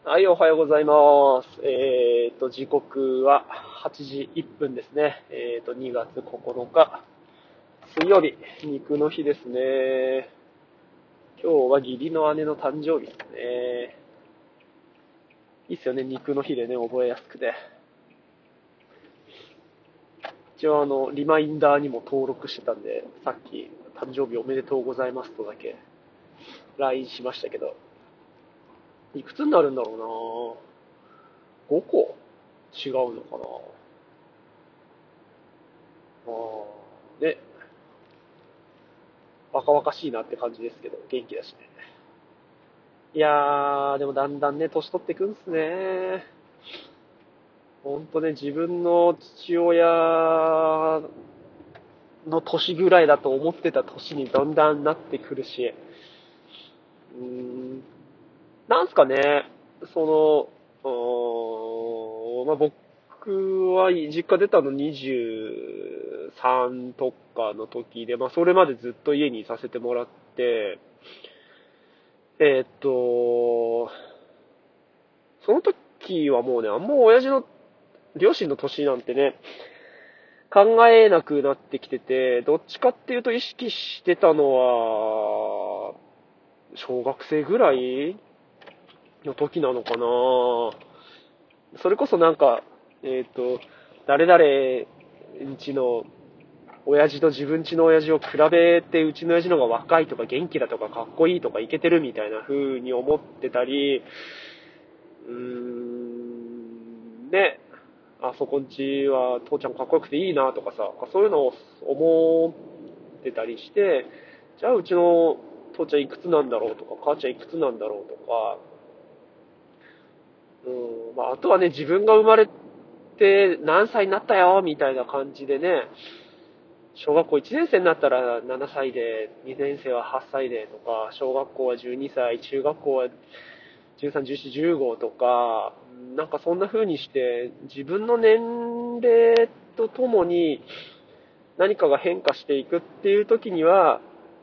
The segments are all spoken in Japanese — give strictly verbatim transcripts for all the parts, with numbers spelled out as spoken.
はい、おはようございます。えっと、時刻ははちじいっぷんですね。えっと、にがつここのか、水曜日、肉の日ですね。今日は義理の姉の誕生日ですね。いいっすよね、肉の日でね、覚えやすくて。一応あの、リマインダーにも登録してたんで、さっき、誕生日おめでとうございますとだけ、ライン しましたけど、いくつになるんだろうな。ごこ違うのかな。あーね、若々しいなって感じですけど、元気だしね。いやー、でもだんだんね、年取ってくんすね。ほんとね、自分の父親の年ぐらいだと思ってた年にだんだんなってくるし、うーん、なんすかね、その、うーん、まあ、僕は実家出たのにじゅうさんとかの時で、まあ、それまでずっと家にいさせてもらって、えーっと、その時はもうね、あんま親父の、両親の年なんてね、考えなくなってきてて、どっちかっていうと意識してたのは、小学生ぐらいの時なのかな。それこそなんか、えっと、誰々んちの親父と自分ちの親父を比べて、うちの親父の方が若いとか元気だとかかっこいいとかイケてるみたいな風に思ってたり、うーん、ね、あそこんちは父ちゃんかっこよくていいなとかさ、そういうのを思ってたりして、じゃあうちの父ちゃんいくつなんだろうとか、母ちゃんいくつなんだろうとか、うん、まあ、あとはね、自分が生まれて何歳になったよ、みたいな感じでね、小学校いちねん生になったらななさいで、にねん生ははっさいでとか、小学校はじゅうにさい、中学校はじゅうさん、じゅうよん、じゅうごとか、なんかそんな風にして自分の年齢とともに何かが変化していくっていう時には、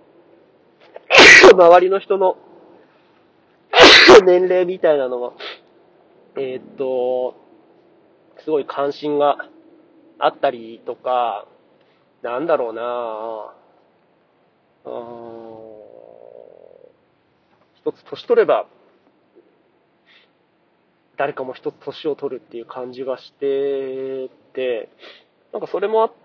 周りの人の年齢みたいなのは、えーっと、すごい関心があったりとか、なんだろうなぁ、一つ年取れば誰かも一つ年を取るっていう感じがしてて、なんかそれもあって、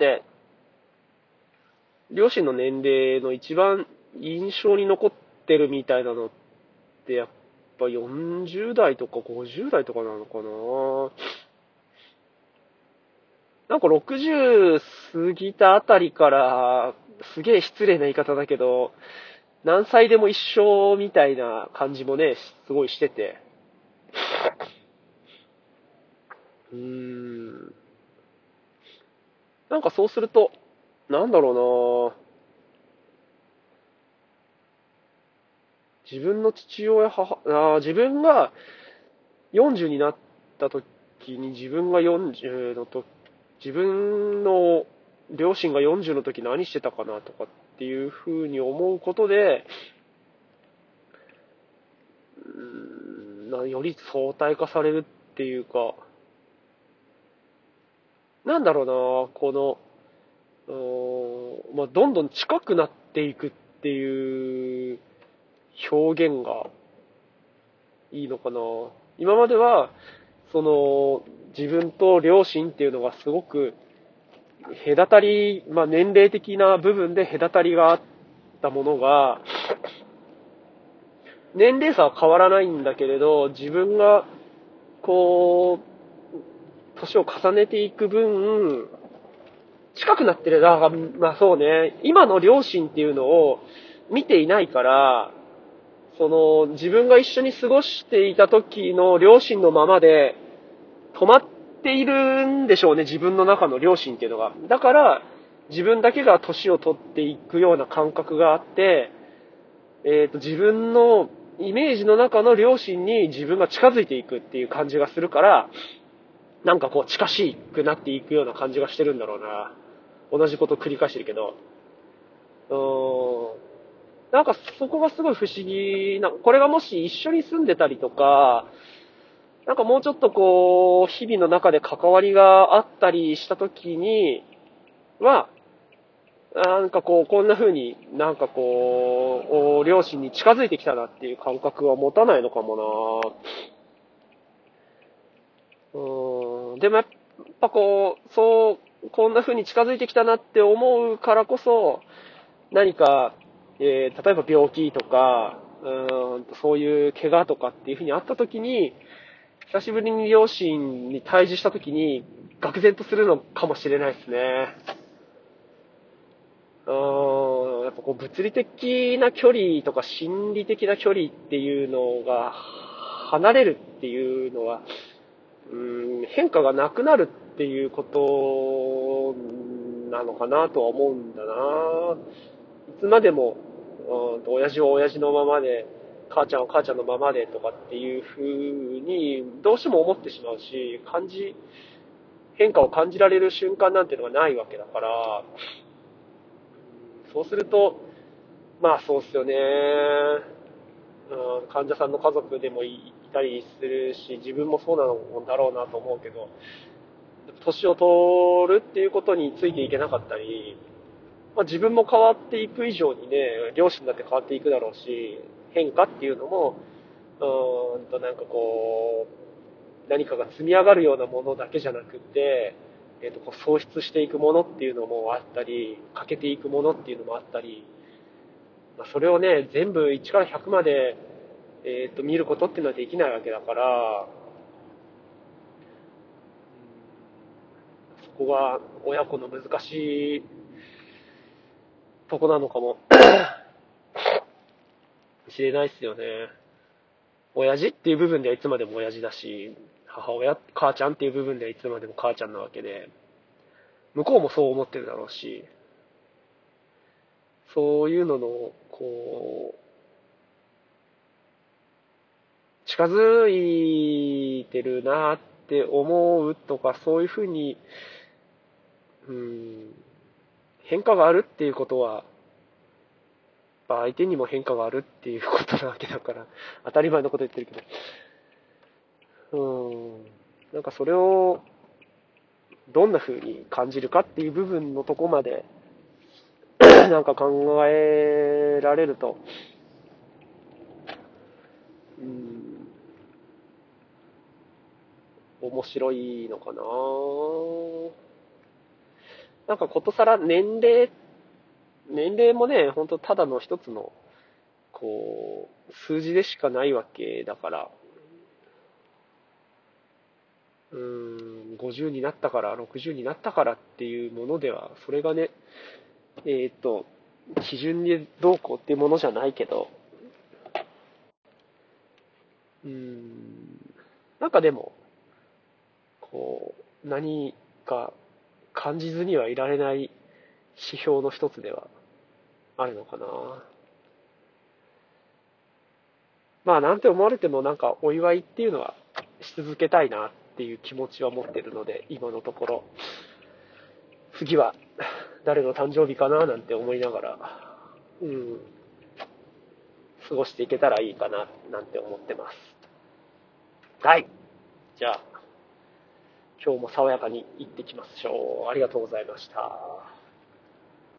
両親の年齢の一番印象に残ってるみたいなのってやっぱよんじゅう代とかごじゅう代とかなのかな。なんかろくじゅう過ぎたあたりから、すげえ失礼な言い方だけど、何歳でも一緒みたいな感じもね、すごいしてて。うーん。なんかそうすると、なんだろうな自分の父親、母、あ自分がよんじゅうになった時に自分がよんじゅうのと、自分の両親がよんじゅうの時何してたかなとかっていうふうに思うことで、うーんより相対化されるっていうか、なんだろうなこの、うーんまあ、どんどん近くなっていくっていう表現がいいのかな。今までは、その、自分と両親っていうのがすごく隔たり、まあ年齢的な部分で隔たりがあったものが、年齢差は変わらないんだけれど、自分が、こう、年を重ねていく分、近くなってる。だから、まあそうね、今の両親っていうのを見ていないから、その、自分が一緒に過ごしていた時の両親のままで、止まっているんでしょうね、自分の中の両親っていうのが。だから、自分だけが年を取っていくような感覚があって、えっ、と、自分のイメージの中の両親に自分が近づいていくっていう感じがするから、なんかこう近しくなっていくような感じがしてるんだろうな。同じこと繰り返してるけど。うーん。なんかそこがすごい不思議な、これがもし一緒に住んでたりとか、 なんかもうちょっとこう、日々の中で関わりがあったりした時には、なんかこう、こんな風になんかこう、両親に近づいてきたなっていう感覚は持たないのかもな。うん。でもやっぱこう、そう、こんな風に近づいてきたなって思うからこそ、何か、えー、例えば病気とか、うーんとそういう怪我とかっていう風にあった時に、久しぶりに両親に対峙した時に、愕然とするのかもしれないですね。うーん、やっぱこう物理的な距離とか心理的な距離っていうのが離れるっていうのは、うーん、変化がなくなるっていうことなのかなとは思うんだな。いつまでも、うんと、親父は親父のままで、母ちゃんは母ちゃんのままでとかっていう風にどうしても思ってしまうし、感じ、変化を感じられる瞬間なんていうのがないわけだから、そうすると、まあそうっすよね。うん、患者さんの家族でもいたりするし、自分もそうなのだろうなと思うけど、年を取るっていうことについていけなかったり、まあ、自分も変わっていく以上にね、両親だって変わっていくだろうし、変化っていうのも、うーんとなんかこう、何かが積み上がるようなものだけじゃなくて、えっ、と、こう喪失していくものっていうのもあったり、欠けていくものっていうのもあったり、まあ、それをね、全部いちからひゃくまで、えっ、と、見ることっていうのはできないわけだから、そこが親子の難しいとこなのかもしれないっすよね。親父っていう部分ではいつまでも親父だし、母親、母ちゃんっていう部分ではいつまでも母ちゃんなわけで、向こうもそう思ってるだろうし、そういうのの、こう、近づいてるなって思うとか、そういうふうに、うん、変化があるっていうことは、相手にも変化があるっていうことなわけだから、当たり前のこと言ってるけど、うん、なんかそれをどんな風に感じるかっていう部分のとこまでなんか考えられると、うん、面白いのかな。なんかことさら年齢、年齢もね、本当ただの一つの、こう、数字でしかないわけだから、うーん、ごじゅうになったから、ろくじゅうになったからっていうものでは、それがね、えっと、基準でどうこうっていうものじゃないけど、うーん、なんかでも、こう、何か感じずにはいられない指標の一つではあるのかな。まあ、なんて思われてもなんかお祝いっていうのはし続けたいなっていう気持ちは持ってるので、今のところ。次は誰の誕生日かななんて思いながら、うん、過ごしていけたらいいかななんて思ってます。はい。じゃあ、今日も爽やかに行ってきましょう。ありがとうございました。